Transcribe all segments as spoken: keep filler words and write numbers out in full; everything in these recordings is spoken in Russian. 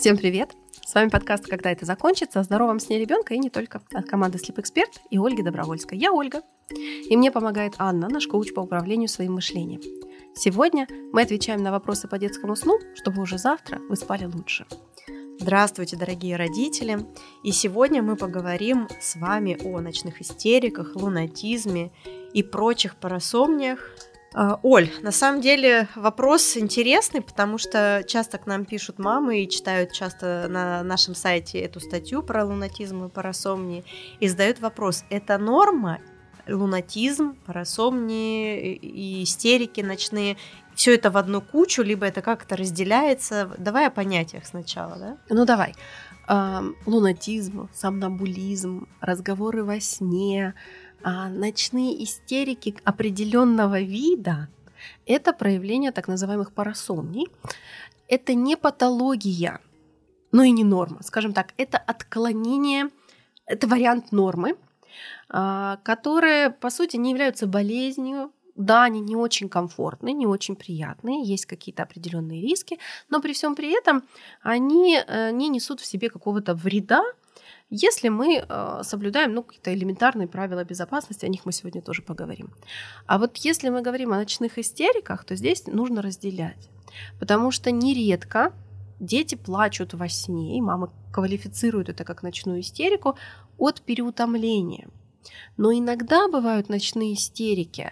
Всем привет! С вами подкаст «Когда это закончится» о здоровом сне ребенка и не только. От команды Sleep Expert и Ольги Добровольской. Я Ольга. И мне помогает Анна, наш коуч по управлению своим мышлением. Сегодня мы отвечаем на вопросы по детскому сну, чтобы уже завтра вы спали лучше. Здравствуйте, дорогие родители! И сегодня мы поговорим с вами о ночных истериках, лунатизме и прочих парасомниях. Оль, на самом деле вопрос интересный, потому что часто к нам пишут мамы и читают часто на нашем сайте эту статью про лунатизм и парасомнии и задают вопрос: это норма? Лунатизм, парасомнии и истерики ночные, все это в одну кучу, либо это как-то разделяется? Давай о понятиях сначала, да? Ну давай. Лунатизм, сомнамбулизм, разговоры во сне, ночные истерики определенного вида – это проявление так называемых парасомний. Это не патология, но и не норма. Скажем так, это отклонение, это вариант нормы, которые, по сути, не являются болезнью. Да, они не очень комфортные, не очень приятные, есть какие-то определенные риски, но при всем при этом они не несут в себе какого-то вреда, если мы соблюдаем ну, какие-то элементарные правила безопасности, о них мы сегодня тоже поговорим. А вот если мы говорим о ночных истериках, то здесь нужно разделять, потому что нередко дети плачут во сне, и мамы квалифицируют это как ночную истерику от переутомления. Но иногда бывают ночные истерики,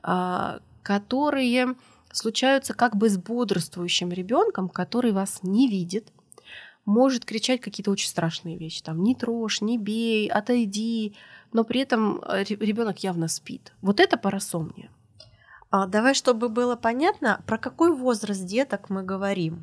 которые случаются как бы с бодрствующим ребенком, который вас не видит, может кричать какие-то очень страшные вещи, там «не трожь», «не бей», «отойди», но при этом ребенок явно спит. Вот это парасомния. А давай, чтобы было понятно, про какой возраст деток мы говорим.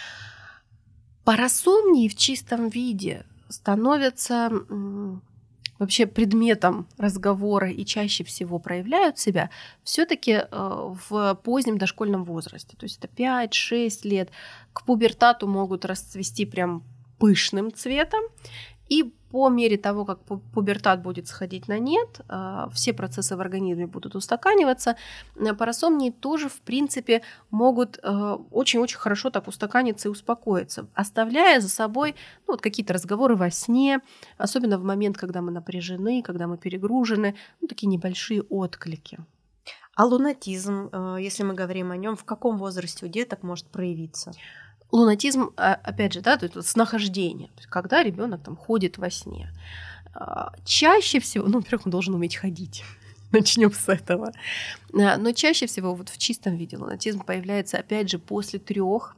Парасомнии в чистом виде становятся вообще предметом разговора и чаще всего проявляют себя все-таки в позднем дошкольном возрасте. То есть это пять-шесть лет. К пубертату могут расцвести прям пышным цветом. И по мере того, как пубертат будет сходить на нет, все процессы в организме будут устаканиваться. Парасомнии тоже, в принципе, могут очень-очень хорошо так устаканиться и успокоиться, оставляя за собой ну, вот какие-то разговоры во сне, особенно в момент, когда мы напряжены, когда мы перегружены, ну, такие небольшие отклики. А лунатизм, если мы говорим о нем, в каком возрасте у деток может проявиться? Лунатизм, опять же, да, то есть снахождение, то есть когда ребенок там ходит во сне. Чаще всего, ну, во-первых, он должен уметь ходить. Начнем с этого. Но чаще всего вот в чистом виде лунатизм появляется, опять же, после трех.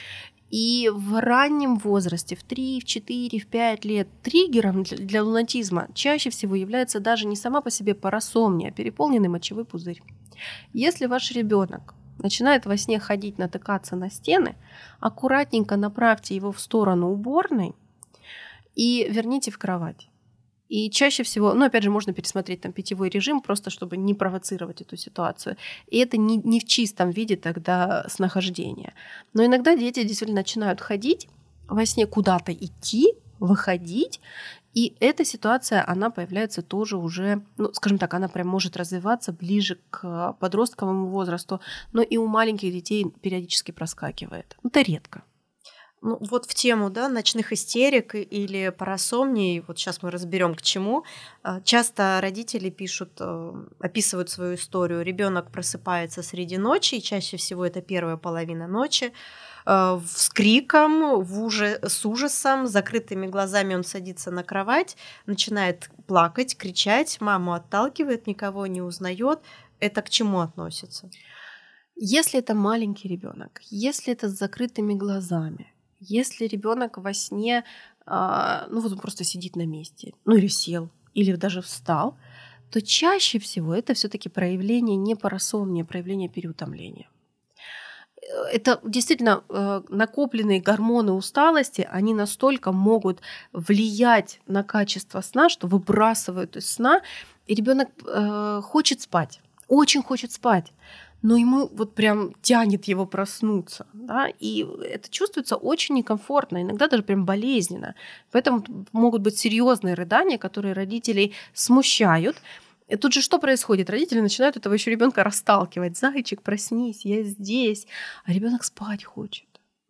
И в раннем возрасте, в три, в четыре, в пять лет, триггером для, для лунатизма чаще всего является даже не сама по себе парасомния, а переполненный мочевой пузырь. Если ваш ребенок начинает во сне ходить, натыкаться на стены, аккуратненько направьте его в сторону уборной и верните в кровать. И чаще всего, ну, опять же, можно пересмотреть там питьевой режим, просто чтобы не провоцировать эту ситуацию. И это не, не в чистом виде тогда снахождения. Но иногда дети действительно начинают ходить, во сне куда-то идти, выходить, и эта ситуация, она появляется тоже уже, ну, скажем так, она прям может развиваться ближе к подростковому возрасту, но и у маленьких детей периодически проскакивает. Это редко. Ну, вот в тему, да, ночных истерик или парасомний, вот сейчас мы разберем к чему. Часто родители пишут, описывают свою историю. Ребенок просыпается среди ночи, и чаще всего это первая половина ночи, с криком, в ужас, с ужасом, с закрытыми глазами он садится на кровать, начинает плакать, кричать, маму отталкивает, никого не узнает. Это к чему относится? Если это маленький ребенок, если это с закрытыми глазами, если ребенок во сне, ну вот он просто сидит на месте, ну или сел, или даже встал, то чаще всего это все-таки проявление не парасомния, а проявление переутомления. Это действительно накопленные гормоны усталости, они настолько могут влиять на качество сна, что выбрасывают из сна, и ребенок хочет спать, очень хочет спать, но ему вот прям тянет его проснуться, да, и это чувствуется очень некомфортно, иногда даже прям болезненно. Поэтому могут быть серьезные рыдания, которые родителей смущают. И тут же что происходит? Родители начинают этого еще ребенка расталкивать. Зайчик, проснись, я здесь. А ребенок спать хочет.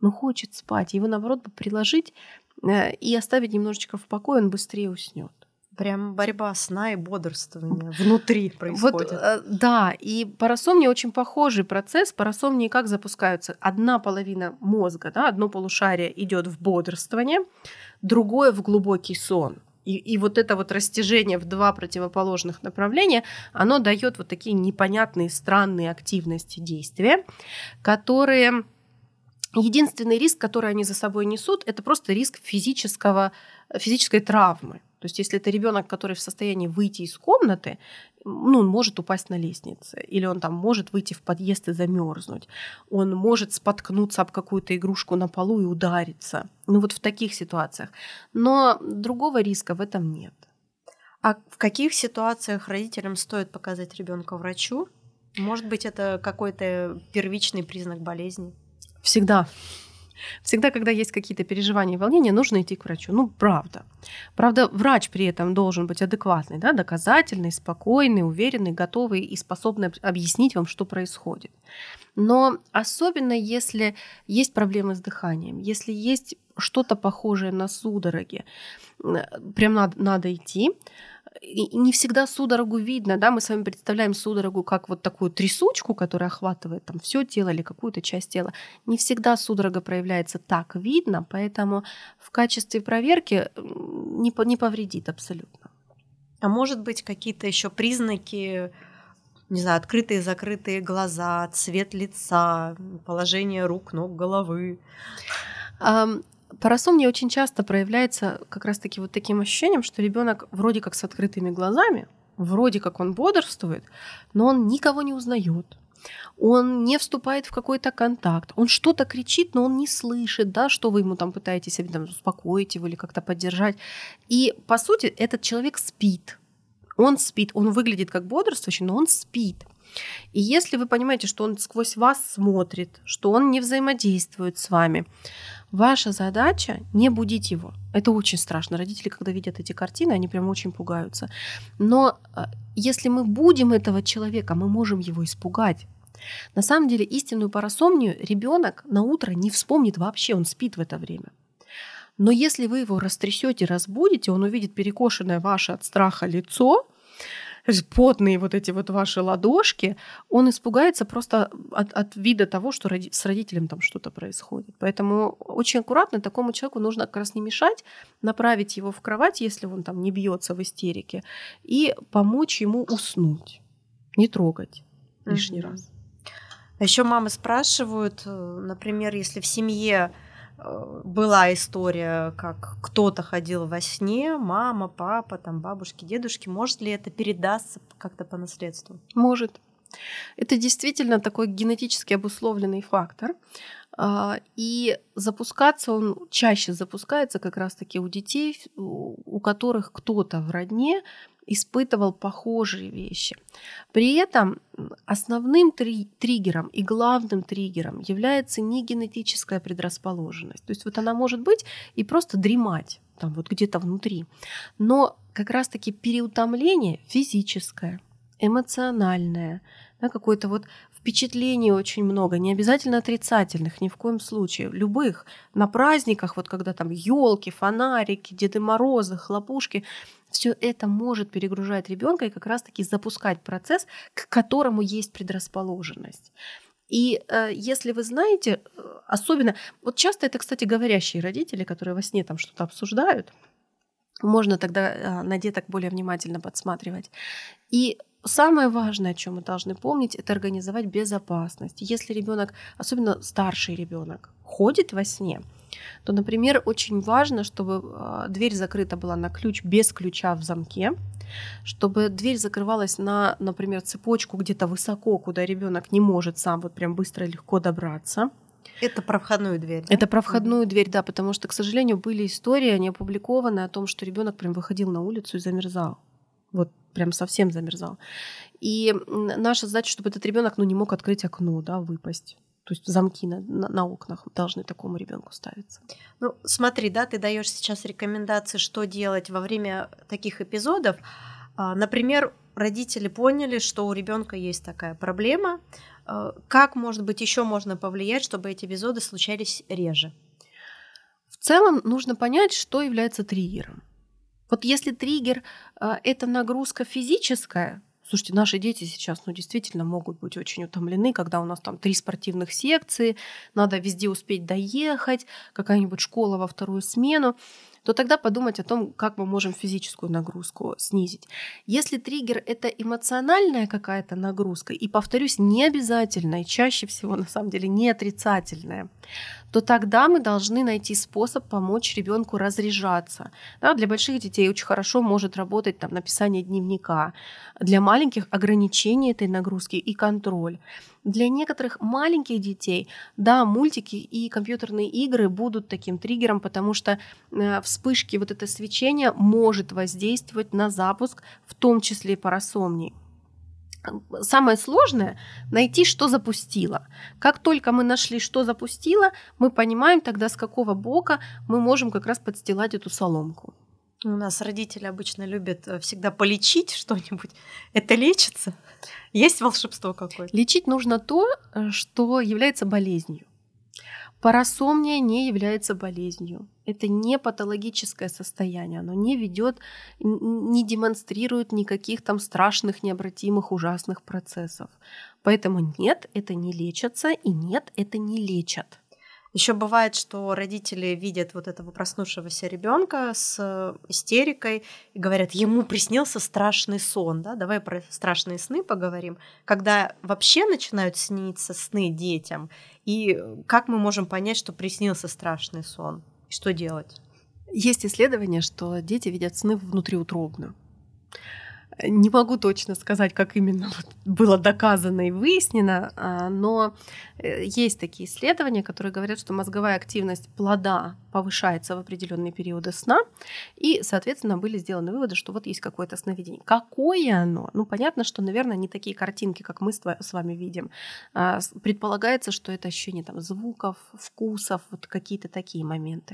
но хочет спать. Его, наоборот, бы приложить э, и оставить немножечко в покое, он быстрее уснет. Прям борьба сна и бодрствования внутри происходит. Вот, э, да, и парасомния очень похожий процесс. Парасомнии как запускаются? Одна половина мозга, да, одно полушарие идет в бодрствование, другое в глубокий сон. И, и вот это вот растяжение в два противоположных направления, оно дает вот такие непонятные, странные активности действия, которые... Единственный риск, который они за собой несут, это просто риск физического, физической травмы. То есть если это ребенок, который в состоянии выйти из комнаты, ну, он может упасть на лестнице, или он там может выйти в подъезд и замерзнуть, он может споткнуться об какую-то игрушку на полу и удариться. Ну вот в таких ситуациях. Но другого риска в этом нет. А в каких ситуациях родителям стоит показать ребенка врачу? Может быть, это какой-то первичный признак болезни? Всегда. Всегда, когда есть какие-то переживания и волнения, нужно идти к врачу. Ну, правда. Правда, врач при этом должен быть адекватный, да, доказательный, спокойный, уверенный, готовый и способный объяснить вам, что происходит. Но особенно, если есть проблемы с дыханием, если есть что-то похожее на судороги, прям надо, надо идти. И не всегда судорогу видно, да, мы с вами представляем судорогу как вот такую трясучку, которая охватывает там все тело или какую-то часть тела. Не всегда судорога проявляется так видно, поэтому в качестве проверки не, не повредит абсолютно. А может быть, какие-то еще признаки, не знаю, открытые и закрытые глаза, цвет лица, положение рук, ног, головы? Парасомния очень часто проявляется как раз-таки вот таким ощущением, что ребенок вроде как с открытыми глазами, вроде как он бодрствует, но он никого не узнает. Он не вступает в какой-то контакт. Он что-то кричит, но он не слышит, да, что вы ему там пытаетесь там, успокоить его или как-то поддержать. И, по сути, этот человек спит. Он спит. Он выглядит как бодрствующий, но он спит. И если вы понимаете, что он сквозь вас смотрит, что он не взаимодействует с вами, ваша задача не будить его. Это очень страшно. Родители, когда видят эти картины, они прям очень пугаются. Но если мы будем этого человека, мы можем его испугать. На самом деле истинную парасомнию ребенок на утро не вспомнит вообще, он спит в это время. Но если вы его растрясете, разбудите, он увидит перекошенное ваше от страха лицо, потные вот эти вот ваши ладошки, он испугается просто от, от вида того, что роди- с родителем там что-то происходит. Поэтому очень аккуратно такому человеку нужно как раз не мешать, направить его в кровать, если он там не бьется в истерике, и помочь ему уснуть, не трогать лишний mm-hmm. раз. А еще мамы спрашивают, например, если в семье была история, как кто-то ходил во сне, мама, папа, там, бабушки, дедушки, может ли это передастся как-то по наследству? Может. Это действительно такой генетически обусловленный фактор. И запускаться он чаще запускается как раз-таки у детей, у которых кто-то в родне испытывал похожие вещи. При этом основным три- триггером и главным триггером является не генетическая предрасположенность. То есть вот она может быть и просто дремать там вот где-то внутри. Но как раз-таки переутомление физическое, эмоциональное, да, какое-то вот впечатлений очень много, не обязательно отрицательных, ни в коем случае, любых. На праздниках, вот когда там елки, фонарики, Деды Морозы, хлопушки, все это может перегружать ребенка и как раз-таки запускать процесс, к которому есть предрасположенность. И э, если вы знаете, особенно, вот часто это, кстати, говорящие родители, которые во сне там что-то обсуждают, можно тогда э, на деток более внимательно подсматривать. И самое важное, о чем мы должны помнить, это организовать безопасность. Если ребенок, особенно старший ребенок, ходит во сне, то, например, очень важно, чтобы дверь закрыта была на ключ без ключа в замке, чтобы дверь закрывалась на, например, цепочку где-то высоко, куда ребенок не может сам вот прям быстро и легко добраться. Это про входную дверь, да? Это про входную mm-hmm. дверь, да, потому что, к сожалению, были истории, они опубликованы, о том, что ребенок прям выходил на улицу и замерзал. Вот прям совсем замерзал. И наша задача, чтобы этот ребенок ну, не мог открыть окно, да, выпасть. То есть замки на, на, на окнах должны такому ребенку ставиться. Ну, смотри, да, ты даешь сейчас рекомендации, что делать во время таких эпизодов. Например, родители поняли, что у ребенка есть такая проблема. Как, может быть, еще можно повлиять, чтобы эти эпизоды случались реже? В целом нужно понять, что является триггером. Вот если триггер э, – это нагрузка физическая, слушайте, наши дети сейчас ну, действительно могут быть очень утомлены, когда у нас там три спортивных секции, надо везде успеть доехать, какая-нибудь школа во вторую смену, то тогда подумать о том, как мы можем физическую нагрузку снизить. Если триггер – это эмоциональная какая-то нагрузка, и, повторюсь, не обязательная, чаще всего, на самом деле, не отрицательная, то тогда мы должны найти способ помочь ребенку разряжаться. Да, для больших детей очень хорошо может работать там, написание дневника, для маленьких ограничение этой нагрузки и контроль. Для некоторых маленьких детей, да, мультики и компьютерные игры будут таким триггером, потому что э, вспышки, вот это свечение может воздействовать на запуск, в том числе и парасомнии. Самое сложное – найти, что запустило. Как только мы нашли, что запустило, мы понимаем тогда, с какого бока мы можем как раз подстилать эту соломку. У нас родители обычно любят всегда полечить что-нибудь. Это лечится? Есть волшебство какое-то? Лечить нужно то, что является болезнью. Парасомния не является болезнью. Это не патологическое состояние. Оно не ведет, не демонстрирует никаких там страшных, необратимых, ужасных процессов. Поэтому нет, это не лечится, и нет, это не лечат. Еще бывает, что родители видят вот этого проснувшегося ребенка с истерикой и говорят, ему приснился страшный сон. Да? Давай про страшные сны поговорим. Когда вообще начинают сниться сны детям, и как мы можем понять, что приснился страшный сон? И что делать? Есть исследования, что дети видят сны внутриутробно. Не могу точно сказать, как именно было доказано и выяснено, но есть такие исследования, которые говорят, что мозговая активность плода повышается в определенные периоды сна, и, соответственно, были сделаны выводы, что вот есть какое-то сновидение. Какое оно? Ну, понятно, что, наверное, не такие картинки, как мы с вами видим. Предполагается, что это ощущение там, звуков, вкусов, вот какие-то такие моменты.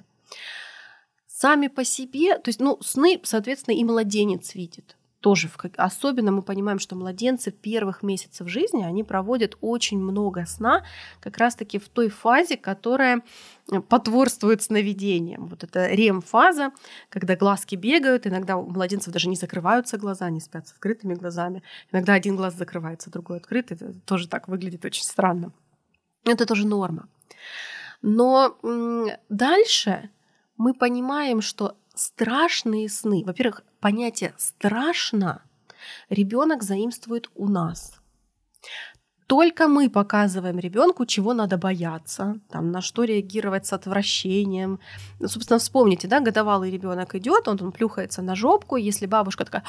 Сами по себе, то есть, ну, сны, соответственно, и младенец видит. Тоже в, особенно мы понимаем, что младенцы в первых месяцах жизни, они проводят очень много сна как раз-таки в той фазе, которая потворствует сновидениям. Вот это рем-фаза, когда глазки бегают, иногда у младенцев даже не закрываются глаза, они спят с открытыми глазами. Иногда один глаз закрывается, другой открыт. Это тоже так выглядит очень странно. Это тоже норма. Но м- дальше мы понимаем, что страшные сны, во-первых, понятие «страшно» ребенок заимствует у нас. Только мы показываем ребенку, чего надо бояться, там, на что реагировать с отвращением. Ну, собственно, вспомните, да, годовалый ребенок идет, он, он плюхается на жопку, если бабушка такая,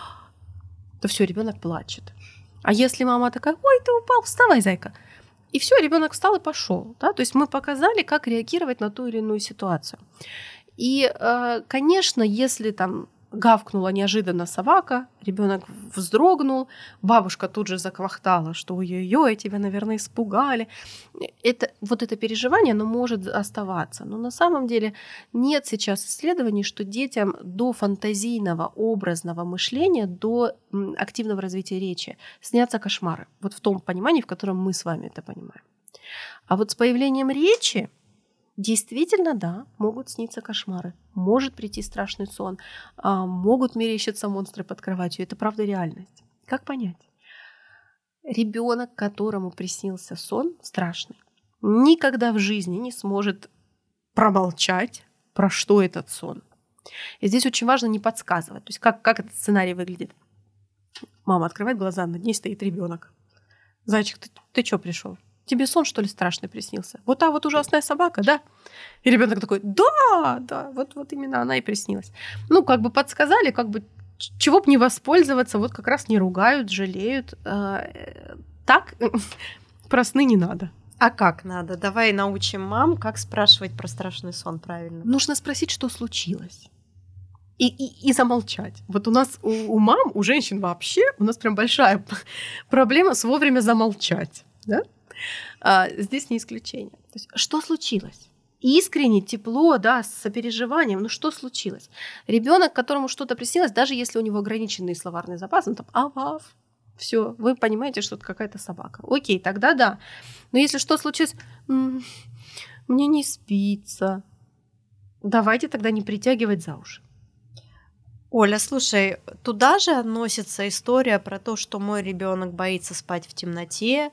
то все, ребенок плачет. А если мама такая, ой, ты упал, вставай, зайка. И все, ребенок встал и пошел. Да? То есть мы показали, как реагировать на ту или иную ситуацию. И, конечно, если там гавкнула неожиданно собака, ребенок вздрогнул, бабушка тут же заквахтала, что ой-ой-ой, тебя, наверное, испугали. Это, вот это переживание, оно может оставаться. Но на самом деле нет сейчас исследований, что детям до фантазийного, образного мышления, до активного развития речи снятся кошмары. Вот в том понимании, в котором мы с вами это понимаем. А вот с появлением речи действительно, да, могут сниться кошмары, может прийти страшный сон, могут мерещиться монстры под кроватью. Это правда реальность. Как понять? Ребенок, которому приснился сон страшный, никогда в жизни не сможет промолчать, про что этот сон. И здесь очень важно не подсказывать. То есть как, как этот сценарий выглядит? Мама открывает глаза, над ней стоит ребенок. Зайчик, ты, ты что пришел? Тебе сон, что ли, страшный приснился? Вот та вот ужасная собака, да? И ребенок такой, да, да, вот, вот именно она и приснилась. Ну, как бы подсказали, как бы чего бы не воспользоваться, вот как раз не ругают, жалеют. Так про сны не надо. А как надо? Давай научим мам, как спрашивать про страшный сон правильно. Нужно спросить, что случилось. И, и, и замолчать. Вот у нас, у, у мам, у женщин вообще, у нас прям большая проблема с вовремя замолчать, да? А, здесь не исключение. То есть, что случилось? искренне, тепло, да, с сопереживанием. Ну что случилось? Ребенок, которому что-то приснилось, даже если у него ограниченный словарный запас, он там авав. Все, вы понимаете, что это какая-то собака. Окей, тогда да. Но если что случилось, м-м, мне не спится. Давайте тогда не притягивать за уши. Оля, слушай, туда же относится история про то, что мой ребенок боится спать в темноте,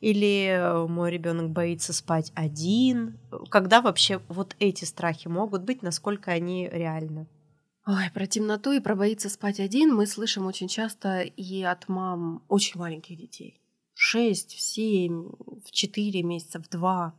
или мой ребенок боится спать один. Когда вообще вот эти страхи могут быть, насколько они реальны? Ой, про темноту и про боится спать один мы слышим очень часто и от мам очень маленьких детей. шесть, в семь, в четыре месяца, в два.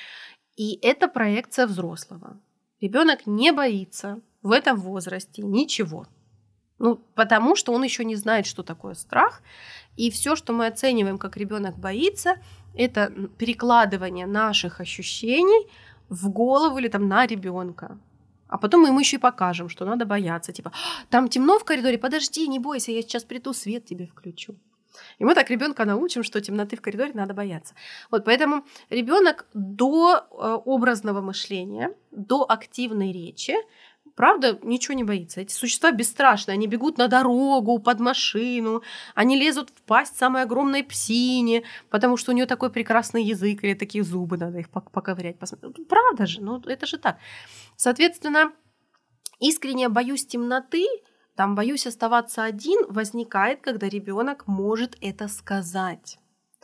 И это проекция взрослого. Ребенок не боится в этом возрасте ничего. Ну, потому что он еще не знает, что такое страх. И все, что мы оцениваем, как ребенок боится, это перекладывание наших ощущений в голову или там на ребенка. А потом мы ему еще и покажем, что надо бояться. Типа, там темно в коридоре, подожди, не бойся, я сейчас приду, свет тебе включу. И мы так ребенка научим, что темноты в коридоре надо бояться. Вот поэтому ребенок до образного мышления, до активной речи, правда, ничего не боится. Эти существа бесстрашные. Они бегут на дорогу, под машину. Они лезут в пасть самой огромной псине, потому что у нее такой прекрасный язык или такие зубы, надо их поковырять. Посмотреть. Правда же, ну это же так. Соответственно, искренне боюсь темноты, там боюсь оставаться один, возникает, когда ребенок может это сказать.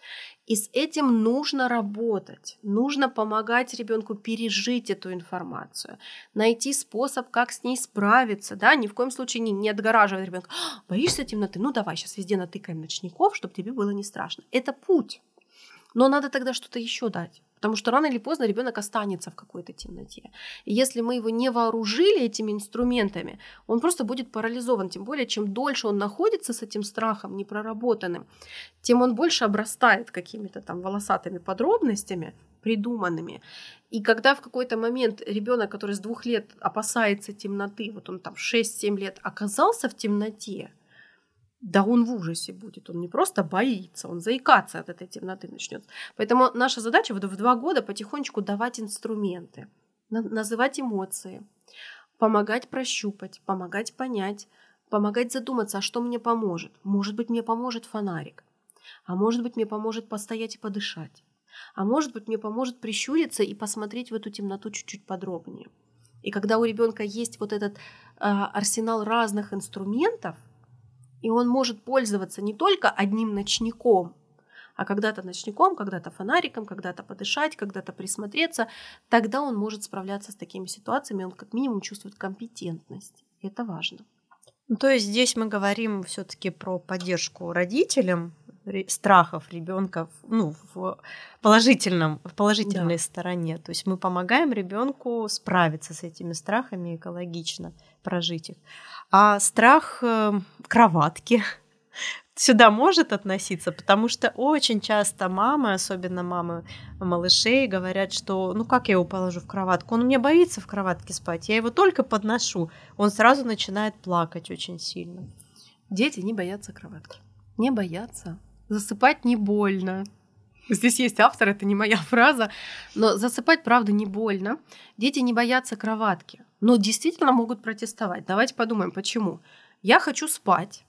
И с этим нужно работать, нужно помогать ребенку пережить эту информацию, найти способ, как с ней справиться, да, ни в коем случае не, не отгораживать ребенка. Боишься темноты? Ну давай, сейчас везде натыкаем ночников, чтобы тебе было не страшно. Это путь. Но надо тогда что-то еще дать, потому что рано или поздно ребенок останется в какой-то темноте. И если мы его не вооружили этими инструментами, он просто будет парализован. Тем более, чем дольше он находится с этим страхом непроработанным, тем он больше обрастает какими-то там волосатыми подробностями, придуманными. И когда в какой-то момент ребенок, который с двух лет опасается темноты, вот он там шесть-семь лет оказался в темноте, да он в ужасе будет, он не просто боится, он заикаться от этой темноты начнет. Поэтому наша задача вот в два года потихонечку давать инструменты, называть эмоции, помогать прощупать, помогать понять, помогать задуматься, а что мне поможет. Может быть, мне поможет фонарик, а может быть, мне поможет постоять и подышать, а может быть, мне поможет прищуриться и посмотреть в эту темноту чуть-чуть подробнее. И когда у ребенка есть вот этот э, арсенал разных инструментов, и он может пользоваться не только одним ночником, а когда-то ночником, когда-то фонариком, когда-то подышать, когда-то присмотреться, тогда он может справляться с такими ситуациями, он как минимум чувствует компетентность. И это важно. Ну, то есть здесь мы говорим все-таки про поддержку родителям страхов ребенка, ну, в положительном, в положительной да. стороне. То есть мы помогаем ребенку справиться с этими страхами, экологично прожить их. А страх э, кроватки сюда может относиться, потому что очень часто мамы, особенно мамы малышей, говорят, что ну как я его положу в кроватку? Он у меня боится в кроватке спать, я его только подношу, он сразу начинает плакать очень сильно. Дети не боятся кроватки. Не боятся. Засыпать не больно. Здесь есть автор, это не моя фраза, но засыпать, правда, не больно. Дети не боятся кроватки, но действительно могут протестовать. Давайте подумаем, почему. Я хочу спать.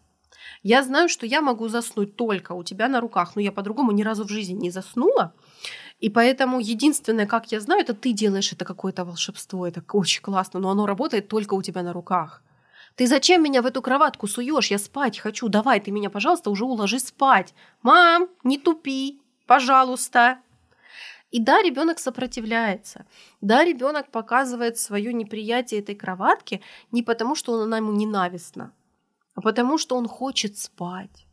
Я знаю, что я могу заснуть только у тебя на руках, но я по-другому ни разу в жизни не заснула. И поэтому единственное, как я знаю, это ты делаешь это какое-то волшебство, это очень классно, но оно работает только у тебя на руках. Ты зачем меня в эту кроватку суешь? Я спать хочу. Давай, ты меня, пожалуйста, уже уложи спать. Мам, не тупи. Пожалуйста. И да, ребенок сопротивляется. Да, ребенок показывает свое неприятие этой кроватки не потому, что она ему ненавистна, а потому, что он хочет спать.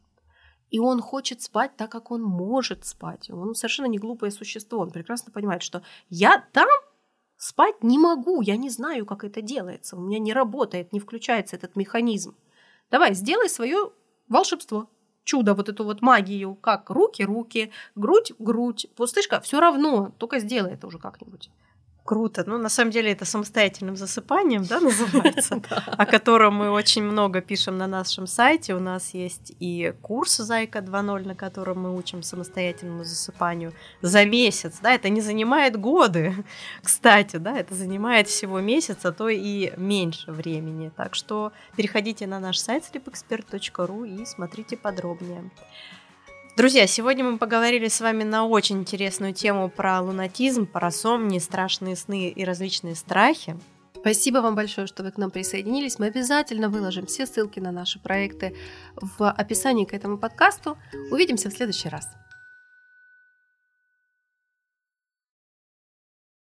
И он хочет спать так, как он может спать. Он совершенно не глупое существо. Он прекрасно понимает, что я там спать не могу. Я не знаю, как это делается. У меня не работает, не включается этот механизм. Давай, сделай свое волшебство. Чудо, вот эту вот магию, как руки, руки, грудь, грудь, пустышка, все равно, только сделай это уже как-нибудь. Круто. Ну, на самом деле, это самостоятельным засыпанием, да, называется, о котором мы очень много пишем на нашем сайте. У нас есть и курс «Зайка два ноль», на котором мы учим самостоятельному засыпанию за месяц, да, это не занимает годы, кстати, да, это занимает всего месяц, а то и меньше времени. Так что переходите на наш сайт sleep expert точка ру и смотрите подробнее. Друзья, сегодня мы поговорили с вами на очень интересную тему про лунатизм, парасомнии, страшные сны и различные страхи. Спасибо вам большое, что вы к нам присоединились. Мы обязательно выложим все ссылки на наши проекты в описании к этому подкасту. Увидимся в следующий раз.